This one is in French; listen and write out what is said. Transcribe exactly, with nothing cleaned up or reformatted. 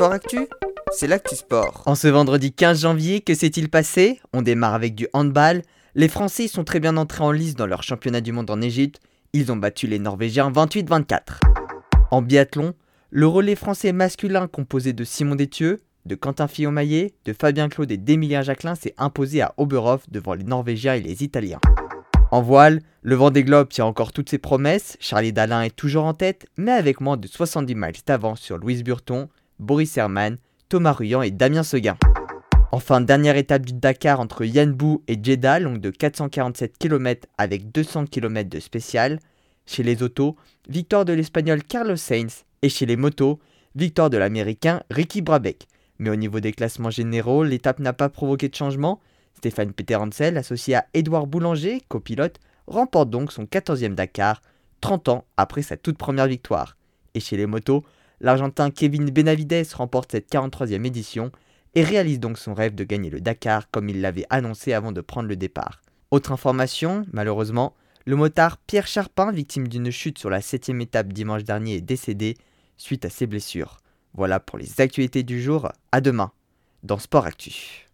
Sport Actu, c'est l'actu sport. En ce vendredi quinze janvier, que s'est-il passé? On démarre avec du handball. Les Français sont très bien entrés en lice dans leur championnat du monde en Égypte. Ils ont battu les Norvégiens vingt-huit à vingt-quatre. En biathlon, le relais français masculin composé de Simon Détieux, de Quentin Fillon-Maillet, de Fabien Claude et d'Emilien Jacquelin s'est imposé à Oberhof devant les Norvégiens et les Italiens. En voile, le Vendée Globe tient encore toutes ses promesses. Charlie Dalin est toujours en tête, mais avec moins de soixante-dix miles d'avance sur Louise Burton, Boris Herman, Thomas Ruyant et Damien Seguin. Enfin, dernière étape du Dakar entre Yann Bou et Jeddah, longue de quatre cent quarante-sept kilomètres avec deux cents kilomètres de spécial. Chez les autos, victoire de l'Espagnol Carlos Sainz, et chez les motos, victoire de l'Américain Ricky Brabec. Mais au niveau des classements généraux, l'étape n'a pas provoqué de changement. Stéphane Peterhansel, associé à Édouard Boulanger, copilote, remporte donc son quatorzième Dakar, trente ans après sa toute première victoire. Et chez les motos, l'Argentin Kevin Benavides remporte cette quarante-troisième édition et réalise donc son rêve de gagner le Dakar comme il l'avait annoncé avant de prendre le départ. Autre information, malheureusement, le motard Pierre Charpin, victime d'une chute sur la septième étape dimanche dernier, est décédé suite à ses blessures. Voilà pour les actualités du jour, à demain dans Sport Actu.